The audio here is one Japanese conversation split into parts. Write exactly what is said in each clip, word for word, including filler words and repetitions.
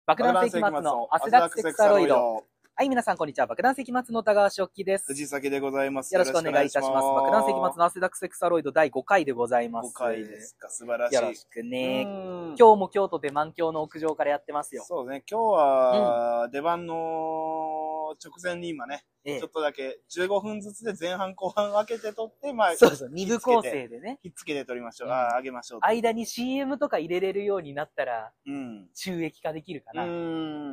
爆弾世紀末の汗だくセクサロイド。はい、皆さんこんにちは。爆弾世紀末の田川食器です。 藤崎でございます。 よろしくお願いいたします。爆弾世紀末の汗だくセクサロイドだいごかいでございます。 ごかいですか。素晴らしい。 よろしくね。今日も京都で満響の屋上からやってますよ。 そうね。今日は出番の直前に今ね、うん、ちょっとだけじゅうごふんずつで前半後半分けて撮って、まあ、 そうそう、に部構成でね。 ひっつけて撮りましょう。うん、ああ、あげましょう。 間に シーエム とか入れれるようになったら、うん、収益化できるかな。 うん。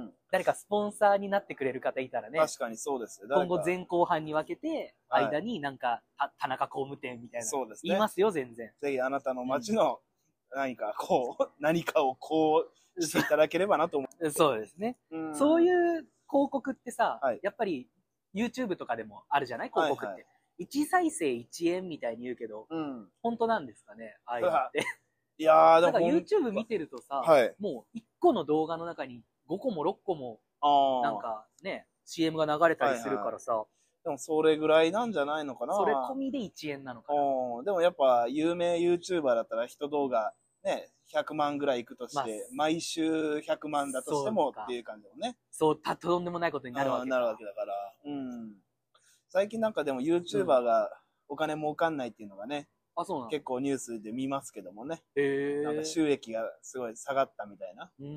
誰かスポンサーになってくれる方いたらね。 確かにそうですよ。 今後前後半に分けて、間になんか、はい、田中工務店みたいな。 そうですね。 言いますよ、全然。 ぜひあなたの街の何かこう、うん、何かをこうしていただければなと思う。 そうですね。うん、そういう広告ってさ、はい、やっぱり YouTube とかでもあるじゃない広告って。はいはい、いち再生いちえんみたいに言うけど、うん、本当なんですかねああいうのって。 いやー、でも。 なんか YouTube 見てるとさ、はい、もういっこの動画の中にごこもろっこも、なんかね、シーエム が流れたりするからさ、はいはい、 でもそれぐらいなんじゃないのかな。 それ込みでいちえんなのかな。 でもやっぱ有名 YouTuber だったら一動画ね、ひゃくまんぐらいいくとして、まあ、毎週ひゃくまんだとしてもっていう感じだもんね。 そう、たとんでもないことになるわけだ。 なるわけだから。うん。最近なんかでも YouTuber がお金儲かんないっていうのがね、 うん、あ、そうなの？ 結構ニュースで見ますけどもね。 へー。 なんか収益がすごい下がったみたいな。 うん。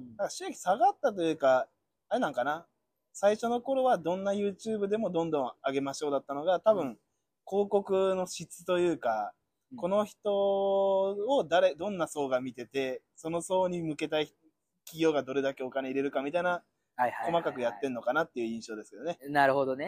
だから収益下がったというか、あれなんかな、最初の頃はどんな YouTube でもどんどん上げましょうだったのが、多分、うん、広告の質というか、うん、この人を誰、どんな層が見てて、その層に向けた企業がどれだけお金入れるかみたいな、細かくやってんのかなっていう印象ですけどね。 なるほどね。 うん、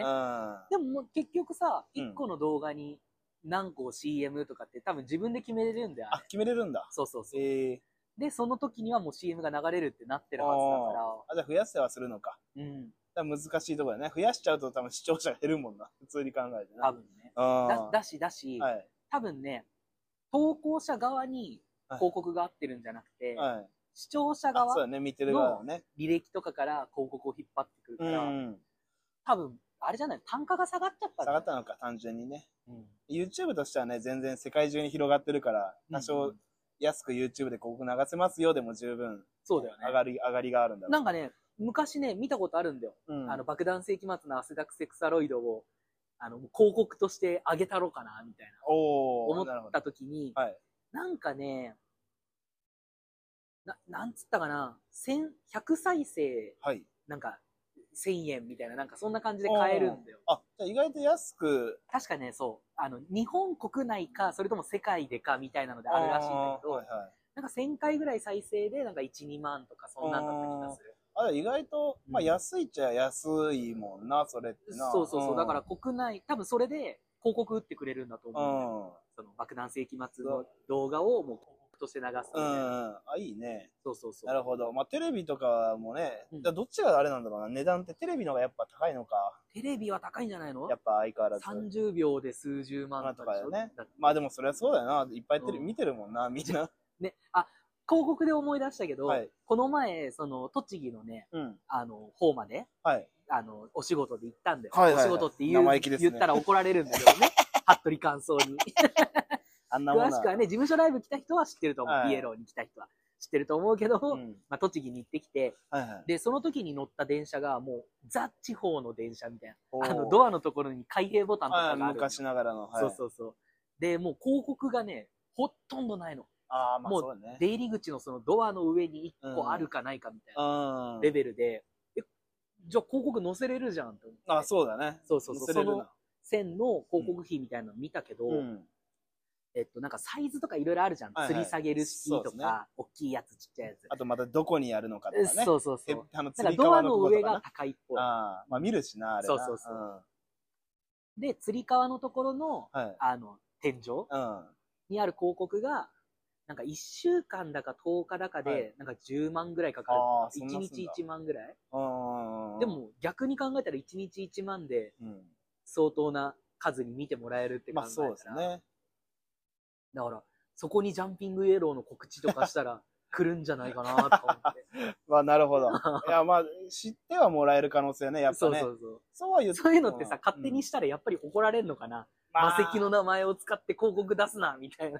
でももう結局さ、いっこの動画に何個 シーエム とかって多分自分で決めれるんだよ。 あ、決めれるんだ。 そうそうそう。 えー、 で、その時にはもう シーエム が流れるってなってるはずだから。 あ、じゃあ増やせはするのか。 うん。 難しいところだね。増やしちゃうと多分視聴者が減るもんな。普通に考えてな。 多分ね。だ, だし、だし、はい、多分ね、投稿者側に広告が合ってるんじゃなくて、はい、視聴者側の履歴とかから広告を引っ張ってくるから、うん、多分、あれじゃない、単価が下がっちゃったんだ。 下がったのか、単純にね。うん、YouTube としてはね、全然世界中に広がってるから、多少安く YouTube で広告流せますよでも十分、 そうだよね。 上がり、上がりがあるんだろう。 なんかね、昔ね、見たことあるんだよ。うん、あの、爆弾世紀末の汗だくセクサロイドを、あの、広告として上げたろうかな、みたいな。 お思った時に、はい、なんかね、な、なんつったかな、千、ひゃく再生、はい、なんか、せんえんみたいな、なんかそんな感じで買えるんだよ。 あ、じゃあ意外と安く。 確かね、そう。あの、日本国内か、それとも世界でか、みたいなのであるらしいんだけど、はいはい、なんかせんかいぐらい再生で、なんかいち、にまんとか、そんなんだった気がする。 あ、意外と、まあ安いっちゃ安いもんな、それってな。 そうそうそう。だから国内、多分それで広告打ってくれるんだと思うんだよ。その爆弾世紀末の動画をもう広告として流すみたいな。 うん。あ、いいね。 そうそうそう。 なるほど。まあテレビとかもね、うん、じゃあどっちがあれなんだろうな。値段ってテレビの方がやっぱ高いのか。 テレビは高いんじゃないの？ やっぱ相変わらず。 さんじゅうびょうで数十万とかよね。まあでもそれはそうだよな。いっぱいテレビ見てるもんな、みんな。 ね。あ、広告で思い出したけど、はい、この前、その、栃木のね、うん、あの、方まで、はい、あの、お仕事で行ったんだよ。はいはいはい、お仕事って言う、ね、言ったら怒られるんだけどね。服部感想に。あんなもん詳しくはね、事務所ライブ来た人は知ってると思う。はい、ピエロに来た人は知ってると思うけど、うん、まあ、栃木に行ってきて、はいはい、で、その時に乗った電車がもう、ザ・地方の電車みたいな。あの、ドアのところに開閉ボタンとかがある。 昔ながらの。 はい、そうそうそう。で、もう広告がね、ほとんどないの。 あ、まあ、 もう出入り口のそのドアの上にいっこあるかないかみたいなレベルで、うん、え、じゃあ広告載せれるじゃんって思って。 あ、そうだね。 そうそうそう。その線の広告費みたいなの見たけど、うん、えっと、なんかサイズとかいろいろあるじゃん。はいはい、吊り下げる式とか、ね、大きいやつ、ちっちゃいやつ。 あとまたどこにやるのかとかね。 そうそうそう。あの、なんかドアの上が高いっぽい。 ああ、まあ見るしな、あれな。 そうそうそう。うん、で、吊り革のところの、はい、あの、天井、うん、にある広告が、なんかいっしゅうかんだかとおかだかで、なんかじゅうまんぐらいかかる。いちにちいちまんぐらい。でも逆に考えたらいちにちいちまんで相当な数に見てもらえるって考えたら。まあそうですね。だからそこにジャンピングイエローの告知とかしたら来るんじゃないかなとか思って。 まあなるほど。いやまあ知ってはもらえる可能性ね、やっぱね。そうそうそう。 そういうそういうのってさ、勝手にしたらやっぱり怒られるのかな。マセキの名前を使って広告出すなみたいな。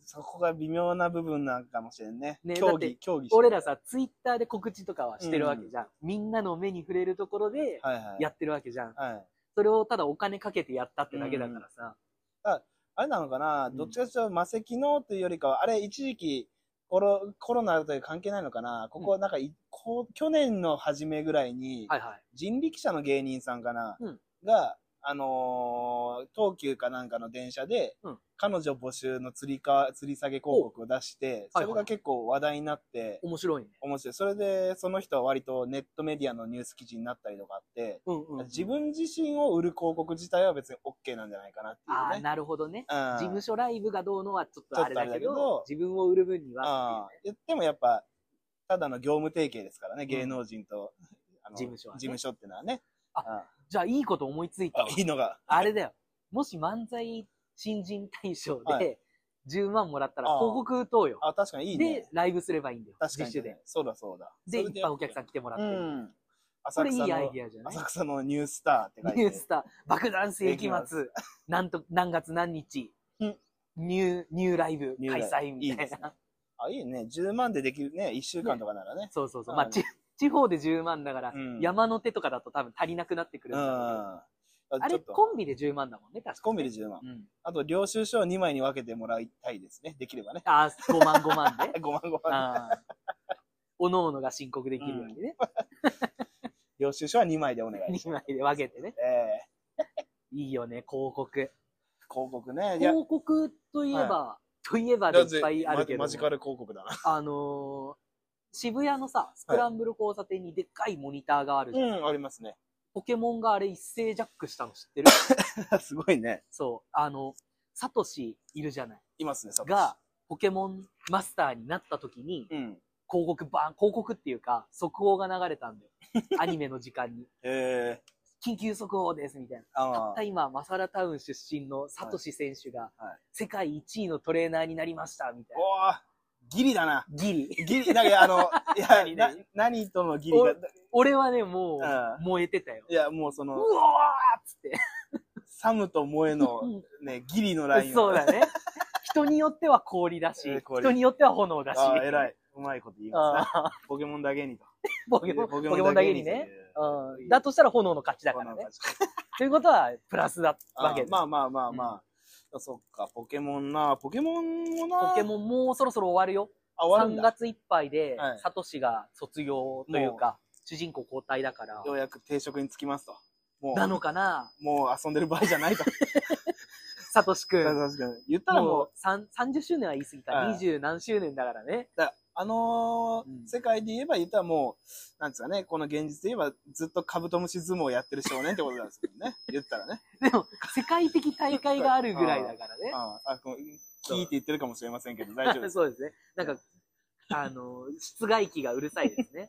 そこが微妙な部分なんかもしれんね。 ね、 競技、競技俺らさ、ツイッターで告知とかはしてるわけじゃん。うん、みんなの目に触れるところでやってるわけじゃん。はいはい、それをただお金かけてやったってだけだからさ。 うん、あ, あれなのかな、どっちかというと魔石のというよりかは、あれ一時期コロ、コロナという関係ないのかな、ここなんか、うん、こう去年の初めぐらいに、はいはい、人力車の芸人さんかな、うん、が、あのー、東急かなんかの電車で、うん、彼女募集の釣りか、釣り下げ広告を出して、それが結構話題になって、はいはい、 面白いね。 面白い。それで、その人は割とネットメディアのニュース記事になったりとかあって、うんうんうん、自分自身を売る広告自体は別に OK なんじゃないかなっていうね。 ああ、なるほどね、うん。事務所ライブがどうのはちょっとあれだけど、けど自分を売る分にはっていう、ね。 でもやっぱ、ただの業務提携ですからね、芸能人と、うん、あの事務所はね。 事務所っていうのはね。 あ、ああじゃあいいこと思いついたわ。 いいのが。 あれだよ。もし漫才新人大賞でじゅうまんもらったら広告打とうよ。 あ、確かにいいね。 で、ライブすればいいんだよ。 確かに、ね。自主で。そうだそうだ。 で、いっぱいお客さん来てもらって。うん。これいいアイディアじゃない？ 浅草のニュースターって書いて。 ニュースター。爆弾世紀末。なんと、何月何日。ニュー、ニューライブ開催みたいな。 あ、いいね。じゅうまんでできるね。いっしゅうかんとかならね。 そうそうそう。まあ、地方でじゅうまんだから、山の手とかだと多分足りなくなってくるんだけど。あれ、コンビでじゅうまんだもんね、確かに。 コンビでじゅうまん。あと、領収書をにまいに分けてもらいたいですね。できればね。 あ、ごまんごまんで。 ごまんごまんで。 おのおのが申告できるようにね。 領収書はにまいでお願いします。 にまいで分けてね。ええ。いいよね、広告。 広告ね。 広告といえば、といえばでいっぱいあるけど。 マジカル広告だな。 あの、渋谷のさ、スクランブル交差点にでっかいモニターがあるじゃん。 うん、ありますね。 ポケモンがあれ一斉ジャックしたの知ってる？ すごいね。 そう。あの、サトシいるじゃない。 いますね、サトシ。 が、ポケモンマスターになった時に、うん、広告バーン、広告っていうか、速報が流れたんだよ。アニメの時間に。へー。緊急速報ですみたいな。たった今、マサラタウン出身のサトシ選手が、世界一位のトレーナーになりました、みたいな。 おー、ギリだな。 ギリ。 ギリ。だけど、あの、いや、何, な何とのギリが。 俺はね、もう、燃えてたよ。 いや、もうその、 うわーっつって。 サムと萌えの、ね、ギリのライン。 そうだね。人によっては氷だし、人によっては炎だし。 ああ、偉い。うまいこと言いますね。ポケモンだけにと。 ポケモン、ポケモンだけにね。うん。だとしたら炎の勝ちだからね。ということは、プラスだわけです。 まあまあまあまあ。そっか、ポケモンな。ポケモンもな。 ポケモンもうそろそろ終わるよ。さんがついっぱいで、サトシが卒業というか、主人公交代だから。 ようやく定職に就きますと。 もう。なのかな？ もう遊んでる場合じゃないと。 サトシくん。 サトシくん。言ったらもう、 さんじゅっしゅうねんは言い過ぎた。にじゅう何周年だからね。 だあのーうん、世界で言えば言ったらもう、なんですかね、この現実で言えばずっとカブトムシ相撲をやってる少年ってことなんですけどね。言ったらね。 でも、世界的大会があるぐらいだからね。 ああ、あこのキーって言ってるかもしれませんけど、大丈夫です。 そうですね。なんか、あのー、室外機がうるさいですね。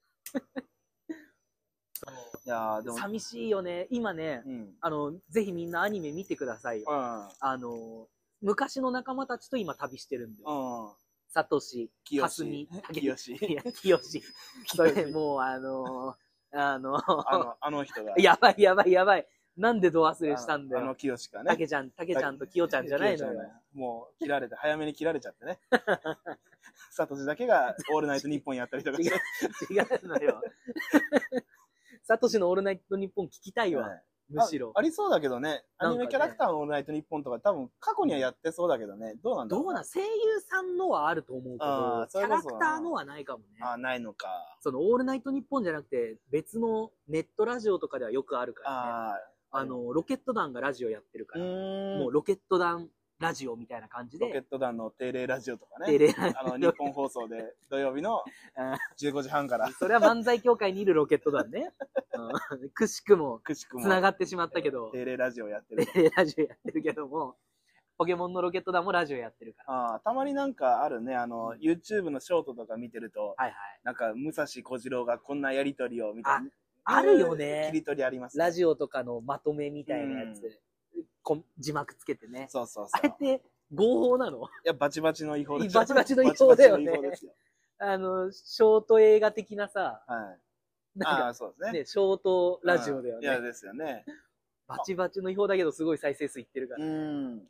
いやでも寂しいよね。今ね、うん、あの、ぜひみんなアニメ見てくださいよ。うん、あの、昔の仲間たちと今旅してるんだよ。サトシ、カスミ、 キヨシ。 いや、キヨシ。それもう、あの、あの、 あの、あの人が。 やばいやばいやばい。なんでド忘れしたんだよ。 あのキヨシかね。 タケちゃん、タケちゃんとキヨちゃんじゃないのよ。 もう、切られて、早めに切られちゃってね。サトシだけがオールナイトニッポンやったりとかして。 違うのよ。サトシのオールナイトニッポン聞きたいわ。むしろあ。ありそうだけどね。アニメキャラクターのオールナイトニッポンとか多分過去にはやってそうだけどね。どうなんだろう。 どうなん声優さんのはあると思うけど、キャラクターのはないかもね。 あ、ないのか。 そのオールナイトニッポンじゃなくて、別のネットラジオとかではよくあるからね。あ, あの、ロケット団がラジオやってるから、もうロケット団ラジオみたいな感じで。 ロケット団の定例ラジオとかね。定例ラジオ。あの、日本放送で土曜日のじゅうごじはんから。 それは漫才協会にいるロケット団ね。うん、くしくも、くしくも、繋がってしまったけど。 定例ラジオやってる。 定例ラジオやってるけども、ポケモンのロケット団もラジオやってるから。 ああ、たまになんかあるね、あの、YouTube のショートとか見てると、はいはい。なんか、武蔵小次郎がこんなやりとりをみたいな。 あるよね。 切り取りあります、ね。 ラジオとかのまとめみたいなやつ。うん、字幕つけてね。 そうそうそう。 あれって合法なの？いや、バチバチの違法です。 バチバチの違法だよね。あの、ショート映画的なさ。はい。なんか、あそうですね。ね、ショートラジオだよね。 いや、ですよね。 バチバチの違法だけど、すごい再生数いってるから。 うん。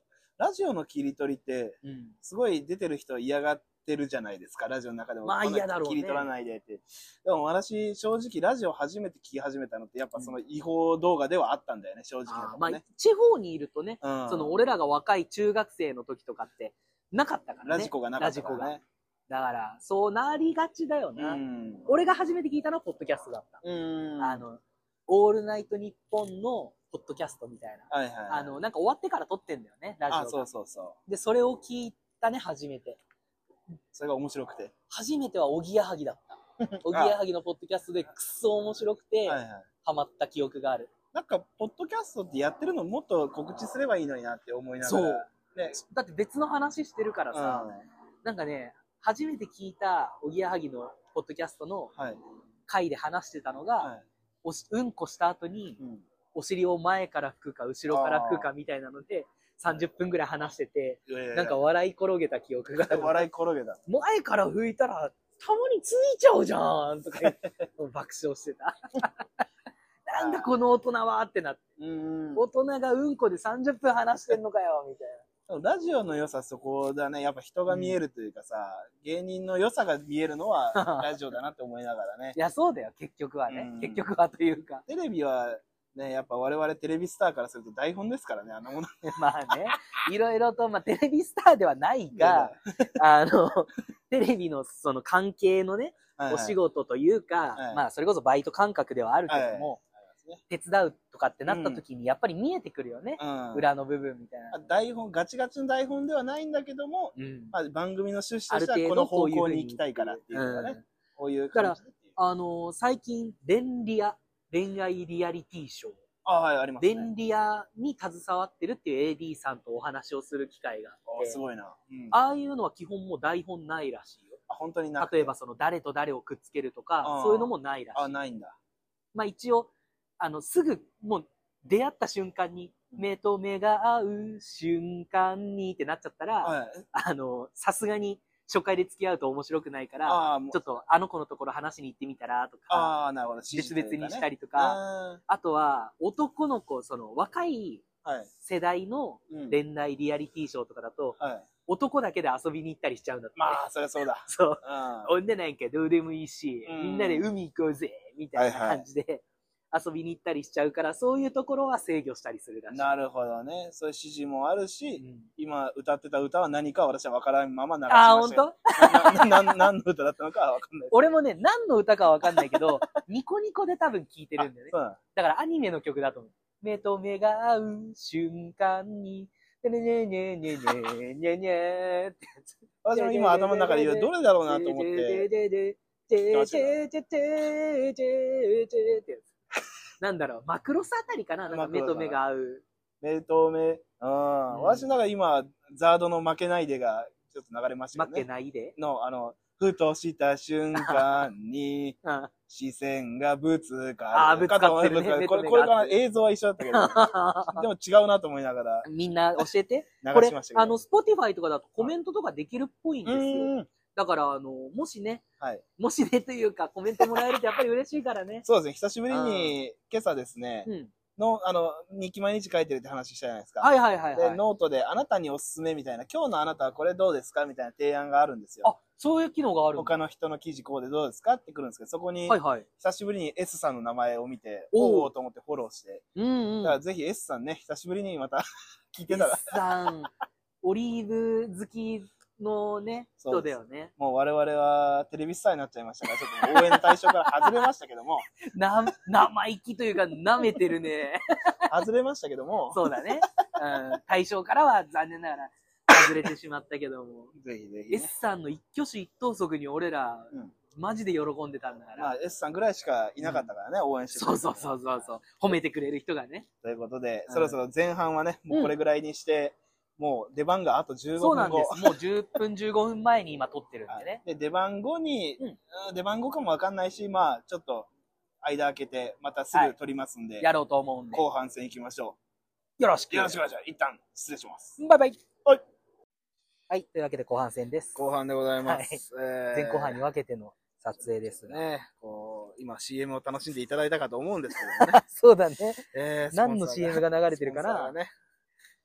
ラジオの切り取りって、すごい出てる人嫌がってるじゃないですか、ラジオの中でも。 まあ嫌だろうね。 切り取らないでって。でも私、正直ラジオ初めて聞き始めたのって、やっぱその違法動画ではあったんだよね、正直なとこね。 まあ、地方にいるとね、うん、その俺らが若い中学生の時とかってなかったからね。 ラジコがなかったからね。ラジコが。 だから、そうなりがちだよな。うん、俺が初めて聞いたのはポッドキャストだった。うん、あの、オールナイトニッポンのポッドキャストみたいな。はいはいはい、あの、なんか終わってから撮ってんだよね、ラジオが。あ、 そうそうそう。 で、それを聞いたね、初めて。 それが面白くて。 初めてはおぎやはぎだった。おぎやはぎのポッドキャストでくっそ面白くて、はいはい、ハマった記憶がある。 なんか、ポッドキャストってやってるのもっと告知すればいいのになって思いながら。そう。 ね、だって別の話してるからさ、うん、なんかね、初めて聞いたおぎやはぎのポッドキャストの回で話してたのが、はい、おしうんこした後に、うん、お尻を前から拭くか後ろから拭くかみたいなのでさんじゅっぷんぐらい話してて、いやいやなんか笑い転げた記憶がある。 笑い転げた。 前から拭いたらたまについちゃうじゃんとか言って爆笑してた。なんだこの大人はってなって、うん大人がうんこでさんじゅっぷん話してんのかよみたいな。 ラジオの良さそこだね。やっぱ人が見えるというかさ、うん、芸人の良さが見えるのはラジオだなって思いながらね。 いや、そうだよ、結局はね。うん、結局はというか。 テレビはね、やっぱ我々テレビスターからすると台本ですからね、あのもの。 まあね、いろいろと、まあテレビスターではないが、あの、テレビのその関係のね、はいはい、お仕事というか、はい、まあそれこそバイト感覚ではあるけども、はいはい手伝うとかってなった時にやっぱり見えてくるよね、うん、裏の部分みたいな。 台本ガチガチの台本ではないんだけども、うんまあ、番組の趣旨としてはこの方向に行きたいからっていうのがね、こういう感じで。だからあのー、最近恋リア恋愛リアリティショー、 あ、はい、ありますね。 恋リアに携わってるっていう エーディー さんとお話をする機会があって、 すごいな、 うん、ああいうのは基本もう台本ないらしいよ。 あ、本当にな。 例えばその誰と誰をくっつけるとかそういうのもないらしい。 あ、ないんだ。 まあ一応あの、すぐ、もう、出会った瞬間に、目と目が合う瞬間にってなっちゃったら、はい、あの、さすがに初回で付き合うと面白くないから、ちょっとあの子のところ話しに行ってみたらとか、 あなるほど、 別々にしたりとか、あとは男の子、その若い世代の恋愛リアリティショーとかだと、はい、男だけで遊びに行ったりしちゃうんだって。 まあ、そりゃそうだ。 そう。女なんかどうでもいいし、みんなで海行こうぜみたいな感じで、はいはい遊びに行ったりしちゃうから、そういうところは制御したりするらしい。 なるほどね。そういう指示もあるし、うん、今歌ってた歌は何か私は分からんまま流しました。あ、 本当？ なな何の歌だったのかは分かんない。 俺もね、何の歌かは分かんないけど、ニコニコで多分聴いてるんだよね。だからアニメの曲だと思う。目と目が合う瞬間に、ねねねねねねねねってやつ。 私も今頭の中で言うどれだろうなと思って。 なんだろう、マクロスあたりかな、なんか目と目が合う。 目と目、うん。うん、私なんか今、ザードの負けないでがちょっと流れましたね。 負けないでの、あの、ふとした瞬間に、視線がぶつかる。 ああ、ぶつかってるね。 これ、これから映像は一緒だったけど、でも違うなと思いながら。 みんな教えて。流しましたけど。あの、スポティファイとかだとコメントとかできるっぽいんですよ。だから、あの、もしね、はい、もしねというか、コメントもらえるとやっぱり嬉しいからね。 そうですね、久しぶりに、今朝ですね、うん、の、あの、日記毎日書いてるって話したじゃないですか。 はいはいはい、はい。 で、ノートで、あなたにおすすめみたいな、今日のあなたはこれどうですかみたいな提案があるんですよ。 あ、そういう機能がある他の人の記事こうでどうですかってくるんですけど、そこに、はいはい、久しぶりに S さんの名前を見て、おおと思ってフォローして。うんうん。だからぜひ S さんね、久しぶりにまた聞いてたら。 S さん、オリーブ好き、のね、人だよね。 もう我々はテレビスターになっちゃいましたから、ちょっと応援の対象から外れましたけども。 な、生意気というか、舐めてるね。 外れましたけども。 そうだね。うん。対象からは残念ながら外れてしまったけども。 ぜひぜひ、ね。 S さんの一挙手一投足に俺ら、うん、マジで喜んでたんだから。 まあ S さんぐらいしかいなかったからね、うん、応援してくれる。そうそうそうそう。褒めてくれる人がね。 ということで、うん、そろそろ前半はね、もうこれぐらいにして、うんもう出番があとじゅうごふんご。 そうなんです。もうじゅっぷんじゅうごふんまえに今撮ってるんでね。 で、出番後に、うん、出番後かもわかんないし、まあちょっと間開けて、またすぐ撮りますんで、はい、 やろうと思うんで。 後半戦行きましょう。よろしく。 よろしくお願いします。一旦失礼します。 バイバイ。 はい。 はい。というわけで後半戦です。 後半でございます。 はいえー、前後半に分けての撮影ですが。 ね。こう、今 シーエム を楽しんでいただいたかと思うんですけどね。 そうだね。 えー、何の シーエム が流れてるかな。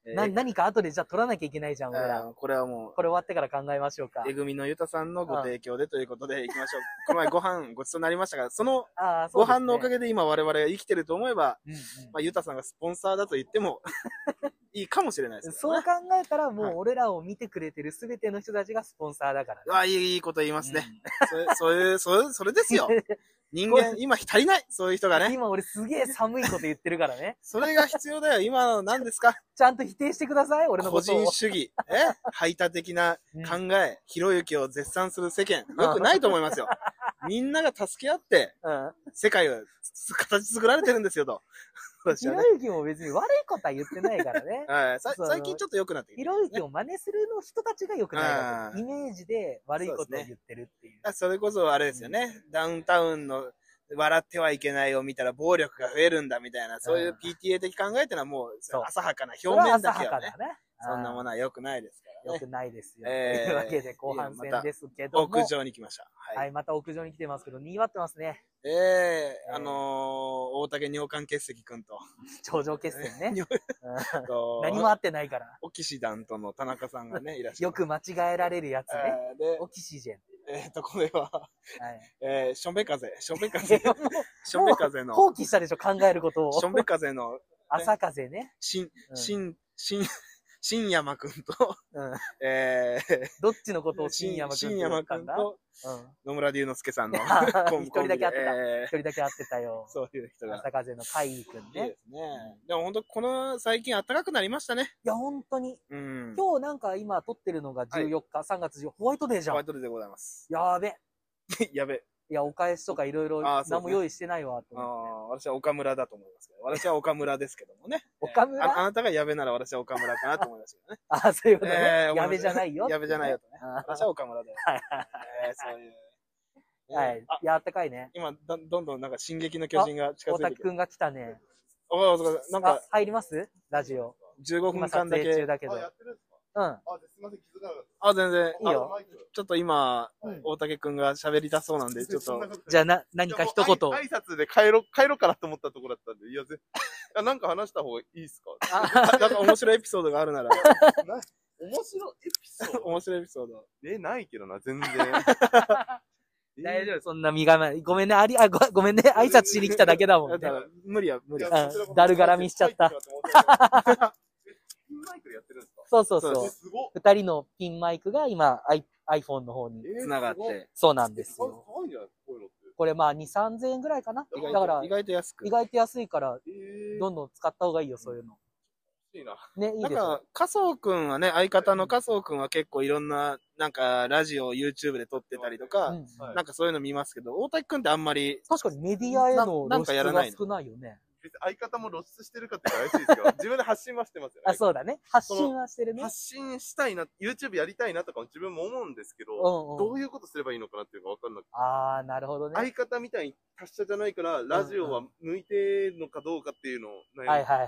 な何か後でじゃあ取らなきゃいけないじゃん、俺ら。 これはもう。 これ終わってから考えましょうか。 えぐみのゆたさんのご提供でということでいきましょう。この前ご飯ごちそうになりましたが、そのご飯のおかげで今我々が生きてると思えば、まあゆたさんがスポンサーだと言ってもいいかもしれないですね。 そう考えたらもう俺らを見てくれてるすべての人たちがスポンサーだからね。 ああ、いい、いいこと言いますね。それ、それ、それですよ。人間、今足りないそういう人がね。 今俺すげえ寒いこと言ってるからね。 それが必要だよ。今の何ですかちゃんと否定してください、俺のことを。 個人主義、え排他的な考え、ひろゆきを絶賛する世間、よくないと思いますよ。みんなが助け合って、世界を形作られてるんですよと。 ひろゆきも別に悪いことは言ってないからね。 はい、最近ちょっと良くなってきて、 ひろゆきを真似するの人たちが良くないから、イメージで悪いことを言ってるっていう。 それこそあれですよね。ダウンタウンの笑ってはいけないを見たら暴力が増えるんだみたいな、そういう ピーティーエー 的考えってのはもう浅はかな表面だけはね。そんなものは良くないですからね。良くないですよ。というわけで後半戦ですけども。 屋上に来ました。 はい、また屋上に来てますけど、賑わってますね。 ええ、あのー、大竹尿管結石くんと。 頂上決戦ね。何も合ってないから。 オキシダントの田中さんがね、いらっしゃる。 よく間違えられるやつね。オキシジェン。 えっと、これは、えー、しょんべ風。しょんべ風。しょんべ風の。 放棄したでしょ、考えることを。 しょんべ風の。 朝風ね。 しん、しん、しん、新山くんと、えー、 どっちのことを新山くんと新山くんと、野村龍之介さんの一人だけ会ってた。一人だけ会ってたよ。 そういう人が。 朝風の海くんね。 いいですね。でも本当この最近暖かくなりましたね。 いや、本当に。今日なんか今撮ってるのがじゅうよっか、さんがつじゅうよっか、ホワイトデーじゃん。 ホワイトデーでございます。 やべ。 やべ。 いや、お返しとかいろいろ何も用意してないわと思って。私は岡村だと思いますけど。私は岡村ですけどもね。 岡村あ, あなたが矢部なら私は岡村かなと思いますけどね。 あ、そういうことね。矢部じゃないよ。 矢部じゃないよとね。私は岡村だよ。はいはい。そういう。 はい。いや、あったかいね。 今、どんどんなんか進撃の巨人が近づいて大滝くんが来たね。 おなんか。 入りますラジオ。 じゅうごふんかんだけ。 中だけど。うん。 あ、すみません、気づかなかった。 あ、全然。 いいよ。 ちょっと今、大竹くんが喋りたそうなんで、ちょっと。 じゃあ、な、何か一言。 挨拶で帰ろ、帰ろうかなと思ったところだったんで、いや、ぜ、なんか話した方がいいですかなんか面白いエピソードがあるなら。 面白いエピソード面白いエピソード。 え、ないけどな、全然。 大丈夫、そんな身構え。ごめんね、あり、あ、ご、ごめんね、挨拶しに来ただけだもんね。 無理や、無理や。 だるがらみしちゃった。 ピンマイクでやってるんですか？ そうそうそう。二人のピンマイクが今、iPhone の方に繋がって。 そうなんですよ。これまあに、さんぜんえんぐらいかな。だから、 意外と安く。 意外と安いから、どんどん使った方がいいよ、そういうの。 いいな。 ね、いいですよ。 なんか、加藤くんはね、相方の加藤くんは結構いろんな、なんか、ラジオを YouTube で撮ってたりとか、なんかそういうの見ますけど、大滝くんってあんまり。 確かにメディアへの露出が少ないよね。 相方も露出してるかって怪しいですよ。自分で発信はしてますよね。 あ、そうだね。発信はしてるね。 発信したいな、YouTube やりたいなとかも自分も思うんですけど、うんうん、どういうことすればいいのかなっていうのが分かんなくて。 ああ、なるほどね。 相方みたいに達者じゃないから、ラジオは向いてるのかどうかっていうのを悩む。 はいはいはいはい。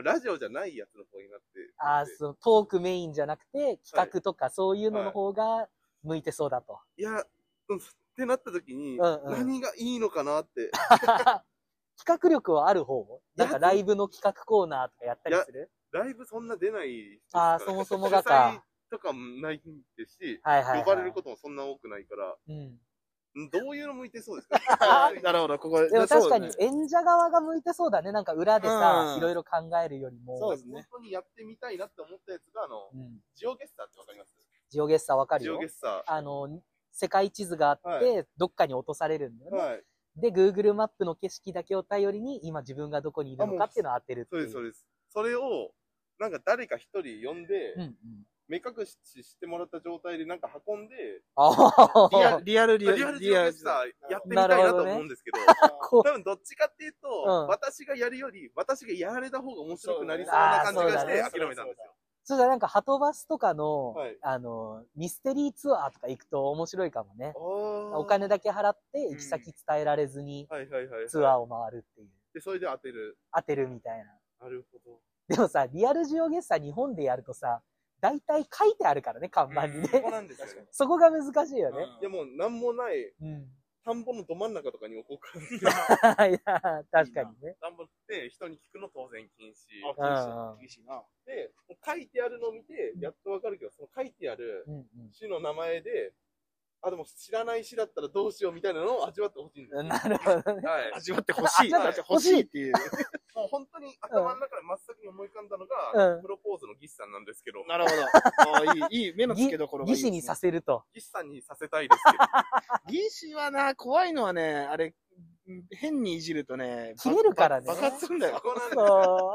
ラジオじゃないやつの方になって。 ああ、そう、トークメインじゃなくて、企画とかそういうのの方が向いてそうだと。はい、いや、ってなった時に、うんうん、何がいいのかなって。 企画力はある方？なんかライブの企画コーナーとかやったりする？ ライブそんな出ないですから。ああ、そもそもがか。 とかもないですし、 はいはいはい、 呼ばれることもそんな多くないから、うん、どういうの向いてそうですか？ なるほど、ここで。でも確かに演者側が向いてそうだね。なんか裏でさ、いろいろ考えるよりも。 そうですね。本当にやってみたいなって思ったやつが、あの、うん、ジオゲッサーってわかります？ ジオゲッサーわかるよ。 ジオゲッサー。 あの、世界地図があって、はい、どっかに落とされるんだよね。 はい。 で、Google マップの景色だけを頼りに、今自分がどこにいるのかっていうのを当てるっていう。 そうです、そうです。それを、なんか誰か一人呼んで、うんうん、目隠ししてもらった状態でなんか運んで、 リアル、リアル、 リアル、リアルさやってみたいなと思うんですけど、ね、多分どっちかっていうと、うん、私がやるより、私がやられた方が面白くなりそうな感じがして諦めたんですよ。 そうだ、なんか、ハトバスとかの、はい、あの、ミステリーツアーとか行くと面白いかもね。お金だけ払って行き先伝えられずに、ツアーを回るっていう。 で、それで当てる。 当てるみたいな。なるほど。 でもさ、リアルジオゲッサー日本でやるとさ、大体書いてあるからね、看板にね。 そこなんですよ。 そこが難しいよね。 いやもうなんもない。 うん。 田んぼのど真ん中とかに置こうかな。いや、確かにね。 田んぼって人に聞くの当然禁止。 あ、禁止。厳しいな。 で、書いてあるのを見て、やっとわかるけど、その書いてある市の名前で、あ、でも知らない市だったらどうしようみたいなのを味わってほしいんですよ。 なるほどね。 はい。 味わってほしい。欲しいっていう。 もう本当に頭の中で真っ先に思い浮かんだのが、プロポーズのギスさんなんですけど。 なるほど。いい、いい、目の付けどころがいい。 ギシにさせると。 ギスさんにさせたいですけど。 ギシはな、怖いのはね、あれ、変にいじるとね、 切れるからね。 爆発すんだよ。 そう。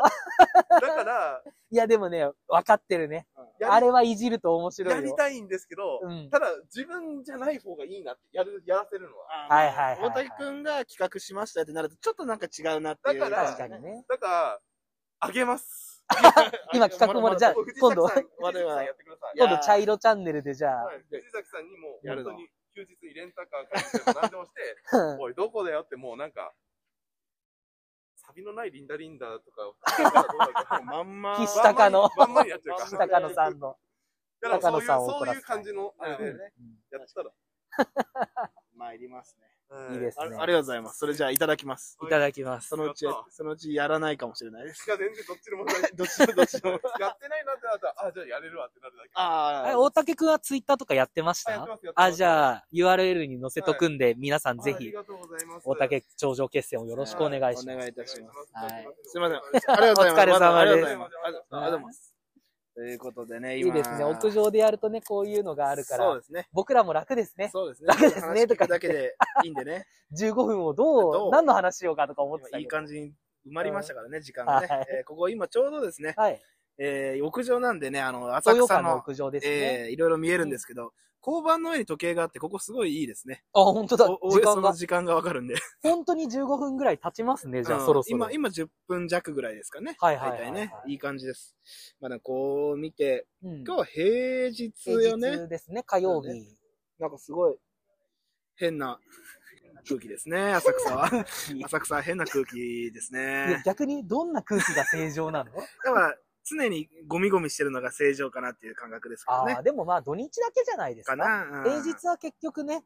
だから、 いやでもね、分かってるね。あれはいじると面白いよ。 やりたいんですけど、ただ自分じゃない方がいいなってやる、やらせるのは。 はいはいはい。 大竹くんが企画しましたってなると、ちょっとなんか違うなっていう。 だから、 確かにね。 だから、あげます。 今企画もじゃあ、今度、今度茶色チャンネルでじゃあ。 藤崎さんにも、本当に休日にレンタカー借りても何でもして、おい、どこだよってもうなんか、サビのないリンダリンダとか、 まんま、 岸高野、 まんまにやっちゃうから。 岸高野さんの。 高野さんをそういう感じの、あれでね、やったら。 参りますね。 いいですね。 ありがとうございます。それじゃあいただきます。 いただきます。 そのうち、そのうちやらないかもしれないです。 いや、全然どっちでもない。 どっちでもどっちでも。 やってないなってなったら、あ、じゃあやれるわってなるだけ。 ああ。大竹くんはツイッターとかやってましたあ、じゃあ ユーアールエル に載せとくんで、皆さんぜひ、大竹頂上決戦をよろしくお願いします。 お願いいたします。 はい。 すいません。ありがとうございます。 お疲れ様です。 ありがとうございます。ありがとうございます。ということでね、 今。いいですね。屋上でやるとね、こういうのがあるから。 そうですね。 僕らも楽ですね。 そうですね。 楽ですね。とか。 だけでいいんでね。 じゅうごふんをどう、何の話しようかとか思ってた。 いい感じに埋まりましたからね、時間がね。ここ今ちょうどですね。 はい。 えー、屋上なんでね、あの、浅草の屋上ですね。 えー、いろいろ見えるんですけど、交番の上に時計があって、ここすごいいいですね。 あ、本当だ。 おおよその時間がわかるんで。 本当にじゅうごふんぐらい経ちますね、じゃあ、そろそろ。 今、今じゅっぷん弱ぐらいですかね。 はいはい。 大体ね。いい感じです。まだこう見て、今日は平日よね。 平日ですね、火曜日。 なんかすごい、変な空気ですね、浅草は。浅草は変な空気ですね。 逆にどんな空気が正常なの？ だから常にゴミゴミしてるのが正常かなっていう感覚ですけどね。 ああ、でもまあ土日だけじゃないですか。 かな。 平日は結局ね、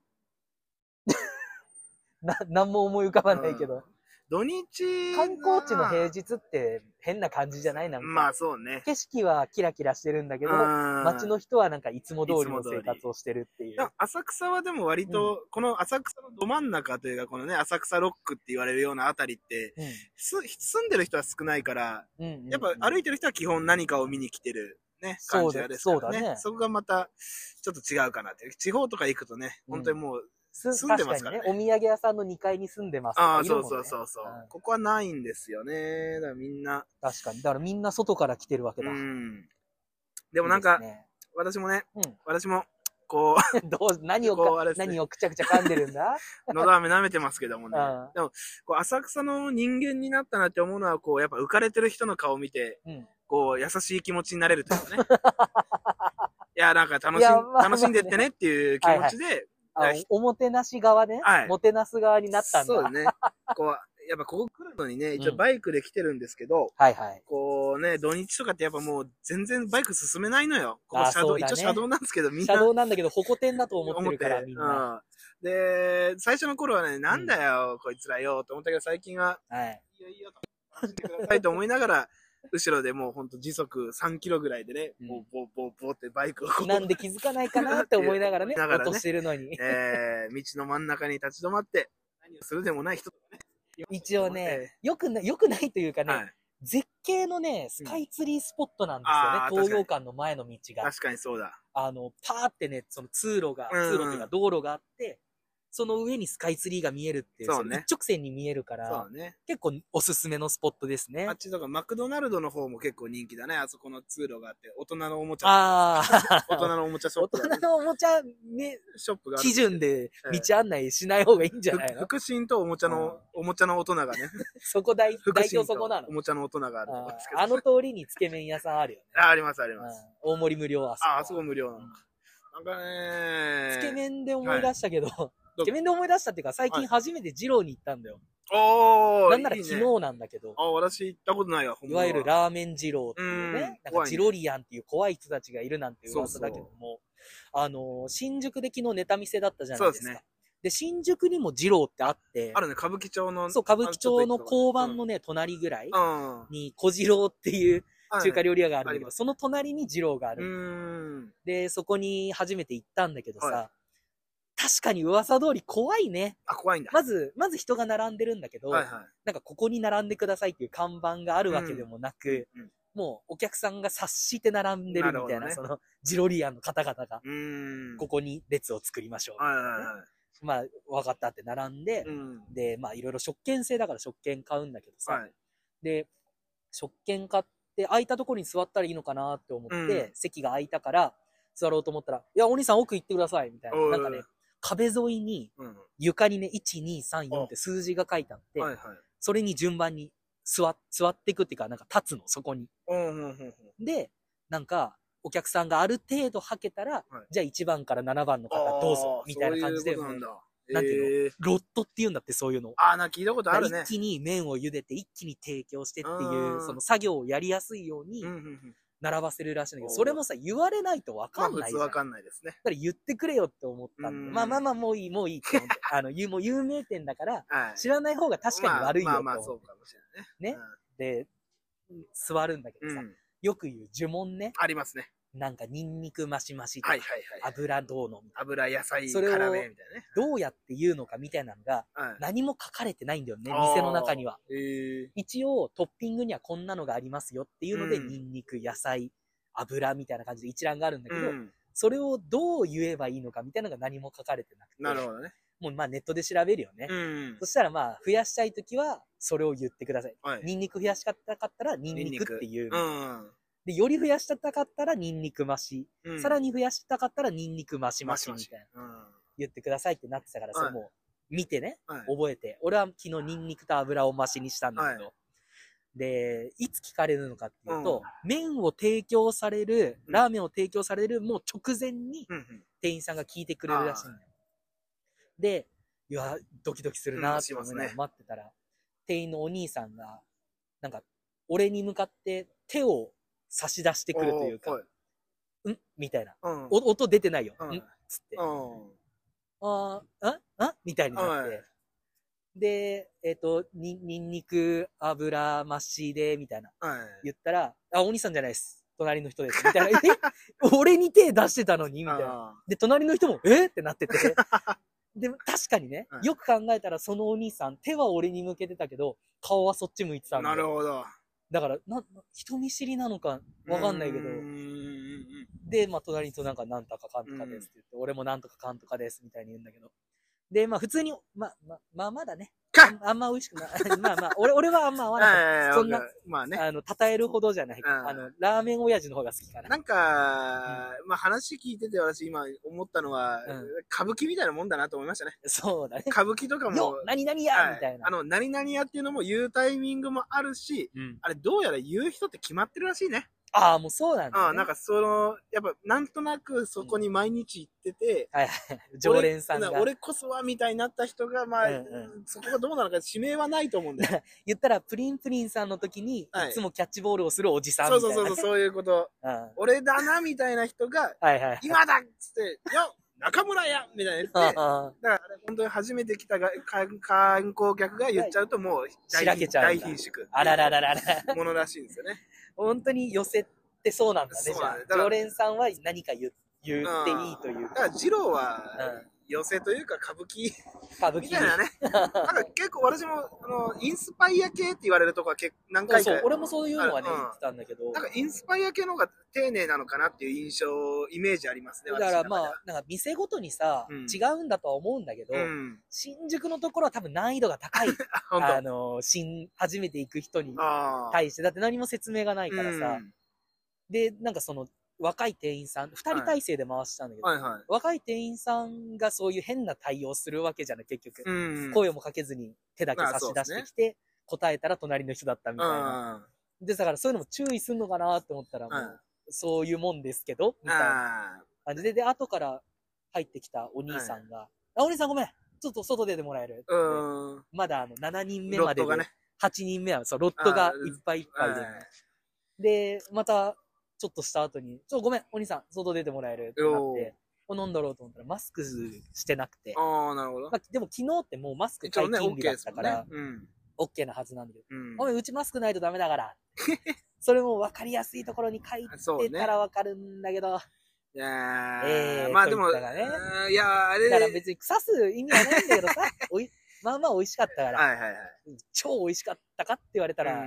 な、なんも思い浮かばないけど。うん、 土日観光地の平日って変な感じじゃないなんか。 まあそうね。 景色はキラキラしてるんだけど、街の人はなんかいつも通りの生活をしてるっていう。 浅草はでも割と、うん、この浅草のど真ん中というか、このね、浅草ロックって言われるようなあたりって、うん、住んでる人は少ないから、うんうんうん、やっぱ歩いてる人は基本何かを見に来てる。ね、感じですからね。そうだね。そこがまた、ちょっと違うかなっていう。地方とか行くとね、本当にもう、住んでますからね。 お土産屋さんのにかいに住んでますああ、そうそうそうそう、うん。ここはないんですよね。だからみんな。 確かに。だからみんな外から来てるわけだ。 うん。でもなんか、いいね、私もね、うん、私も、こう、 どう、何をか、ね、何をくちゃくちゃ噛んでるんだのど飴舐めてますけどもね。うん、でも、こう、浅草の人間になったなって思うのは、こう、やっぱ浮かれてる人の顔を見て、うんこう、優しい気持ちになれるというかね。いや、なんか楽しん、まあ、楽しんでってねっていう気持ちで。 はいはい、おもてなし側ね、はい。もてなす側になったんだ。 そうね。こう、やっぱここ来るのにね、一応バイクで来てるんですけど、 うん、はいはい。 こうね、土日とかってやっぱもう全然バイク進めないのよ。ここ車道、ね、一応車道なんですけど、みんな。 車道なんだけど、歩行点だと思ってるから、みんな、 うん。で、最初の頃はね、なんだよ、うん、こいつらよ、と思ったけど、最近は、 はい。 いいよいいよと、走ってくださいと思いながら、後ろでもうほんと時速さんキロぐらいでね、うん、ボーボーボーボーってバイクをなんで気づかないかなって思いながらね、ね落としてるのに。 えー、道の真ん中に立ち止まって、何をするでもない人とかね。 一応ね、よくな、よくないというかね、はい、絶景のね、スカイツリースポットなんですよね、うん、東洋館の前の道が。 確かにそうだ。 あの、パーってね、その通路が、通路というか道路があって、その上にスカイツリーが見えるっていう、そうね、一直線に見えるから、そうね、結構おすすめのスポットですね。 あっちとかマクドナルドの方も結構人気だね。あそこの通路があって、大人のおもちゃ。 ああ。 大人のおもちゃショップ、 ね。大人のおもちゃね、 ショップが基準で道案内しない方がいいんじゃないの？ 福神とおもちゃの、おもちゃの大人がね。 そこ大、大表そこなの。 おもちゃの大人があるとこですけど。 あの通りにつけ麺屋さんあるよね。 あ、ありますあります。 大盛り無料あそこ。 あ、あそこ無料なのか。なんかねつけ麺で思い出したけど、つけ麺で思い出したっていうか、最近初めて二郎に行ったんだよ。 おー、 なんなら昨日なんだけど。 あ、私行ったことないわ、 いわゆるラーメン二郎っていうね、なんかジロリアンっていう怖い人たちがいるなんて噂だけども、あの、新宿で昨日ネタ見せだったじゃないですか。 で、新宿にも二郎ってあって。 あるね、歌舞伎町の。 そう、歌舞伎町の交番のね、隣ぐらいに小次郎っていう中華料理屋があるんだけど、その隣に二郎がある。で、そこに初めて行ったんだけどさ、確かに噂通り怖いね。 あ、怖いんだ。 まず、まず人が並んでるんだけど、なんかここに並んでくださいっていう看板があるわけでもなく、もうお客さんが察して並んでるみたいな、そのジロリアンの方々が、ここに列を作りましょう。まあ、分かったって並んで、うん、で、まあ、いろいろ食券制だから食券買うんだけどさ、はい、で、食券買って空いたところに座ったらいいのかなって思って、うん、席が空いたから座ろうと思ったら、いや、お兄さん奥行ってください、みたいな。なんかね、壁沿いに、床にね、いち、に、さん、よんって数字が書いてあって、はいはい、それに順番に座、座っていくっていうか、なんか立つの、そこに。で、なんか、お客さんがある程度はけたら、はい、じゃあいちばんからななばんの方どうぞ、みたいな感じで、なんていうの、ロットっていうんだって、そういうの。 ああ、なんか聞いたことあるね。 一気に麺を茹でて、一気に提供してっていう、その作業をやりやすいように、並ばせるらしいんだけど、それもさ、言われないと分かんないじゃん。 まあ、普通分かんないですね。 だから言ってくれよって思ったんで、まあまあまあ、もういい、もういいって思って、あの、もう有名店だから、はい、知らない方が確かに悪いよって思って。まあまあ、そうかもしれないね。ね。で、座るんだけどさ、うん、よく言う呪文ね。 ありますね。 なんかニンニクマシマシとか、油どうのみたいな。 油野菜辛めみたいなね。 どうやって言うのかみたいなのが、何も書かれてないんだよね、店の中には。一応トッピングにはこんなのがありますよっていうので、ニンニク、野菜、油みたいな感じで一覧があるんだけど、それをどう言えばいいのかみたいなのが何も書かれてなくて。 なるほどね。 もうまあネットで調べるよね。そしたらまあ増やしたいときはそれを言ってください。ニンニク増やしたかったらニンニクっていう。で、より増やしたかったらニンニク増し、うん、さらに増やしたかったらニンニク増し増しみたいな、うん、言ってくださいってなってたから、はい、それも見てね、はい、覚えて、俺は昨日ニンニクと油を増しにしたんだけど、はい、で、いつ聞かれるのかっていうと、うん、麺を提供される、ラーメンを提供されるもう直前に店員さんが聞いてくれるらしいんだよ。うん、で、いや、ドキドキするなって思いながら待ってたら、うんね、店員のお兄さんが、なんか、俺に向かって手を差し出してくるというか、んみたいな、うん、音出てないよ、うん、んつって、うん、ああ、あみたいになって、で、えっ、ー、と、に、にんにく油増しで、みたいな、言ったら、あ、お兄さんじゃないです。隣の人です。みたいな。え俺に手出してたのにみたいな。で、隣の人も、えってなってて。でも確かにね、よく考えたらそのお兄さん、手は俺に向けてたけど、顔はそっち向いてたんだよ。 なるほど。 だから、な、人見知りなのかわかんないけど、で、まあ、隣となんか、なんとかかんとかですって言って、俺もなんとかかんとかですみたいに言うんだけど。で、まあ、普通に、まあ、まあ、まあ、まだね。あんま美味しくない。まあまあ、俺、俺はあんま合わない。そんな、まあね。あの、称えるほどじゃない。あの、ラーメン親父の方が好きかな。 なんか、まあ話聞いてて私今思ったのは、歌舞伎みたいなもんだなと思いましたね。 そうだね。 歌舞伎とかも。 よ何々やみたいな。 あの、何々やっていうのも言うタイミングもあるし、あれどうやら言う人って決まってるらしいね。 ああ、もうそうなんだ、ね。 ああ、なんかその、やっぱなんとなくそこに毎日行ってて、 はいはい。常連さんが。 俺こそはみたいになった人が、まあ、うんうん、そこがどうなのか指名はないと思うんだよ。 言ったら、プリンプリンさんの時に、いつもキャッチボールをするおじさんみたいな、ね。 そうそうそう、そういうこと。うん、俺だな、みたいな人が、はいはい、今だっつって、よ中村やみたいな言って、だから本当に初めて来たが観光客が言っちゃうともう大大貧縮。 あららららら。ものらしいんですよね。 本当に寄せってそうなんだね、じゃあ。常連さんは何か言って言っていいというか。だから、二郎は、寄せというか歌舞伎。 歌舞伎。 みたいなね。なんか結構私も、あの、インスパイア系って言われるとこは結何回か。 そう、俺もそういうのはね、言ってたんだけど。 なんかインスパイア系の方が丁寧なのかなっていう印象、イメージありますね。 だからまあ、なんか店ごとにさ、違うんだとは思うんだけど、新宿のところは多分難易度が高い。あの、新、初めて行く人に対して、だって何も説明がないからさ。で、なんかその、若い店員さん、二人体制で回したんだけど、はいはいはい、若い店員さんがそういう変な対応するわけじゃない、結局。うん、声もかけずに手だけ差し出してきて、ね、答えたら隣の人だったみたいな。で、だからそういうのも注意するのかなって思ったら、もう、そういうもんですけど、みたいな感じで、で、後から入ってきたお兄さんが、はい、あ、お兄さんごめん、ちょっと外出てもらえるって。まだあの、ななにんめまでで、はちにんめは、そう、ロットがいっぱいいっぱいで。で、また、ちょっとした後に、ちょ、ごめん、お兄さん、外出てもらえるってなって、 これ飲んだろうと思ったらマスクしてなくて。 ああ、なるほど。 まあ、でも昨日ってもうマスク解禁日だったから、オッケーなはずなんだけど、うん、おい、うちマスクないとダメだから。それも分かりやすいところに書いてたら分かるんだけど。いやー、えー、まあでも、ね、いやあれだから別に腐す意味はないんだけどさ、おいまあまあ美味しかったから、はいはいはい、超美味しかったかって言われたら、うん、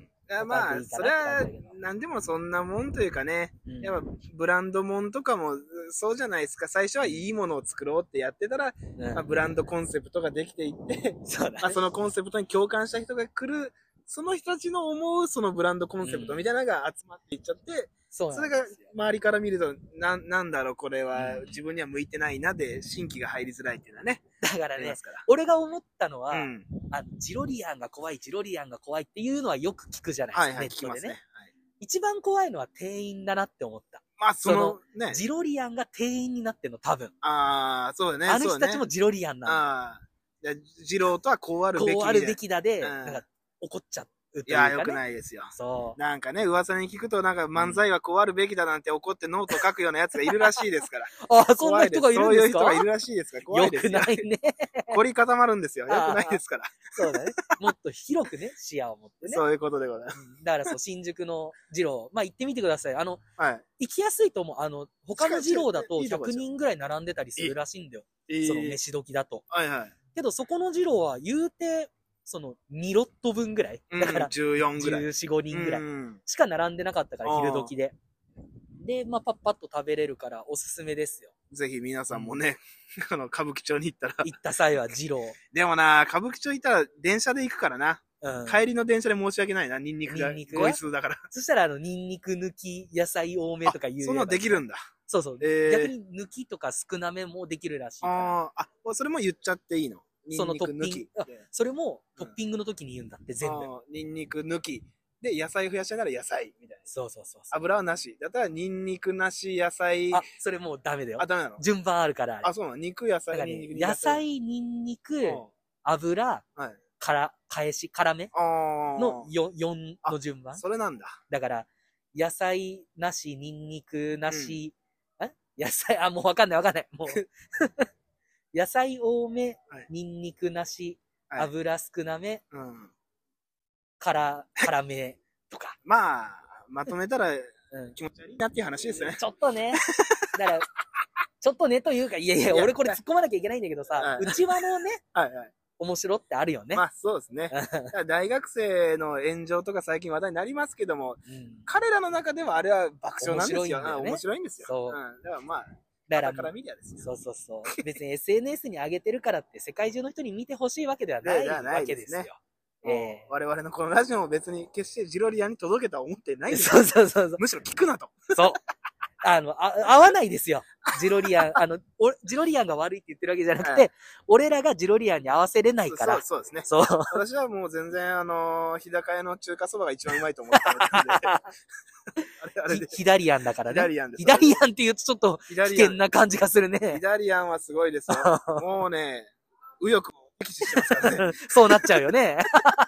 いやまあ、それは、なんでもそんなもんというかね、うん、やっぱブランドもんとかもそうじゃないですか。最初はいいものを作ろうってやってたら、うんまあ、ブランドコンセプトができていって、そうだね、まあ、そのコンセプトに共感した人が来る、その人たちの思うそのブランドコンセプトみたいなのが集まっていっちゃって、うん、そ, それが周りから見ると、な、なんだろうこれは自分には向いてないなで、新規が入りづらいっていうのはね。だからね、から俺が思ったのは、うん、あの、ジロリアンが怖い、ジロリアンが怖いっていうのはよく聞くじゃないですか、はいはい、ネットでね。はい、一番怖いのは店員だなって思った。まあ、その、そのね。ジロリアンが店員になってんの、多分。ああ、そうだね。あの人たちもジロリアンなんだ。ああ。ジローとはこうあるべきだ。こうあるべきだで、なんか、怒っちゃう。いや、よくないですよ。そう。なんかね、噂に聞くと、なんか漫才はこうあるべきだなんて怒ってノート書くようなやつがいるらしいですから。ああ、そんな人がいるんですか？そういう人がいるらしいですから。怖いですよ。よくないね。凝り固まるんですよ。よくないですから。そうだね。もっと広くね、視野を持ってね。そういうことでございます。だからそう、新宿の二郎、まあ行ってみてください。あの、はい、行きやすいと思う。あの、他の二郎だとひゃくにんぐらい並んでたりするらしいんだよ。その飯時だと。はいはい。けどそこの二郎は言うて、そのにロット分ぐらい。だから、じゅうよんぐらい。じゅうよん、ごにんぐらい。しか並んでなかったから、昼時で。で、まあ、パッパッと食べれるから、おすすめですよ。ぜひ皆さんもね、あの、歌舞伎町に行ったら。行った際は、二郎。でもな、歌舞伎町行ったら、電車で行くからな。うん、帰りの電車で申し訳ないな、ニンニクが。ごい数だから。そしたら、あの、ニンニク抜き、野菜多めとか言う。そんなできるんだ。そうそう。えー、逆に抜きとか少なめもできるらしいから。ああ、あ、それも言っちゃっていいの？そのトッピング、それもトッピングの時に言うんだって、全部。ニンニク抜き。で、野菜増やしたいなら野菜、みたいな。そうそうそう。油はなし。だったら、ニンニクなし、野菜。あ、それもうダメだよ。あ、ダメなの？順番あるから。あ、そうなの？肉、野菜、ニンニク。野菜、ニンニク、油、から、返し、辛めのよんの順番。それなんだ。だから、野菜なし、ニンニクなし、え？野菜、あ、もうわかんないわかんない。もう。野菜多め、ニンニクなし、はい、油少なめ、うん、辛、辛めとか。まあ、まとめたら、うん、気持ち悪いなっていう話ですよね。ちょっとね。だから、ちょっとねというか、いやいや、俺これ突っ込まなきゃいけないんだけどさ、うちわのね、はいはい、面白ってあるよね。まあそうですね。大学生の炎上とか最近話題になりますけども、うん、彼らの中ではあれは爆笑なんですよ。面白いんだよね。面白いんですよ。そう。うん、だからまあ、だから、そうそうそう。別に エスエヌエス に上げてるからって世界中の人に見てほしいわけではないわけですよ。えー、我々のこのラジオも別に決してジロリアンに届けとは思ってないんです。そうそうそうそう。むしろ聞くなと。そう。あの、あ、合わないですよ。ジロリアン、あの、お、ジロリアンが悪いって言ってるわけじゃなくて、はい、俺らがジロリアンに合わせれないから。そう、そうですね。そう。私はもう全然、あのー、日高屋の中華そばが一番うまいと思ってるんで。あれヒダリアンだからね。ヒダリアンです。ヒダリアンって言うとちょっと危険な感じがするね。ヒダリアンはすごいですよ。もうね、右翼も敵視してますからね。そうなっちゃうよね。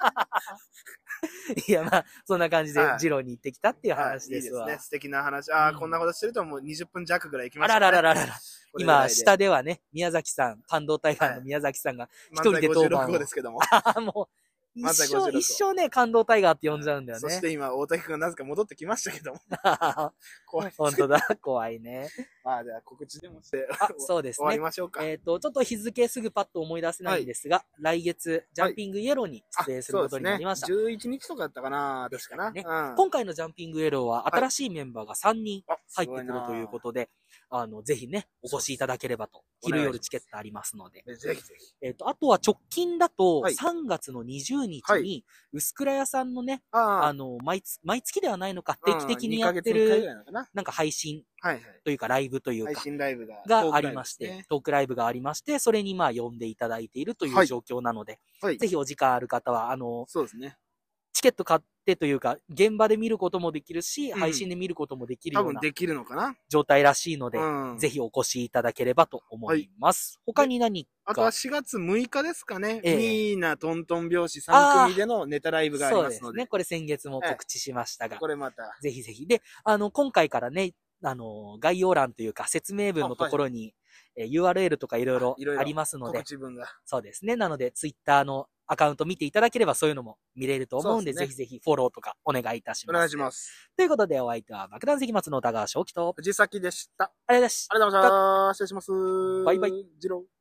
いや、まあ、そんな感じで、ジローに行ってきたっていう話ですわ。はい、いいですね。素敵な話。ああ、うん、こんなことしてるともうにじゅっぷん弱ぐらい行きましたね。あららららら。今、下ではね、宮崎さん、感動タイガーの宮崎さんが一人で当番を。ですけども。もう、一生、一生ね、感動タイガーって呼んじゃうんだよね。そして今、大竹くんがなぜか戻ってきましたけども。怖い。本当だ、怖いね。まあ、じゃあ告知でもして、あ、そうですね。終わりましょうか。えっと、ちょっと日付すぐパッと思い出せないんですが、来月、ジャンピングイエローに出演することになりました。じゅういちにちとかだったかな、確かな。ね。今回のジャンピングイエローは、新しいメンバーがさんにん入ってくるということで、あの、ぜひね、お越しいただければと。昼夜チケットありますので。ぜひぜひ。えっと、あとは直近だと、さんがつのにじゅうにちに、薄倉屋さんのね、あの、毎月、毎月ではないのか、定期的にやってる、なんか配信というかライブというか、配信ライブがありまして、トークライブがありまして、それにまあ呼んでいただいているという状況なので、ぜひお時間ある方は、あの、そうですね。チケット買ってというか、現場で見ることもできるし、うん、配信で見ることもできるような、多分できるのかな状態らしいので、うん、ぜひお越しいただければと思います。はい、他に何かあとはしがつむいかですかね。えー、ミーナトントン拍子さん組でのネタライブがありますので。そうですね。これ先月も告知しましたが。はい、これまた。ぜひぜひ。で、あの、今回からね、 あの、概要欄というか説明文のところに、はい、ユーアールエル とかいろいろありますので、 告知文が。 そうですね。なので、ツイッターのアカウント見ていただければそういうのも見れると思うんで、でね、ぜひぜひフォローとかお願いいたします。 お願いします。 ということで、お相手は爆弾石松の歌川正樹と藤崎でした。 ありがとうございました。 ありがとうございました。失礼します。 バイバイ。 ジロー。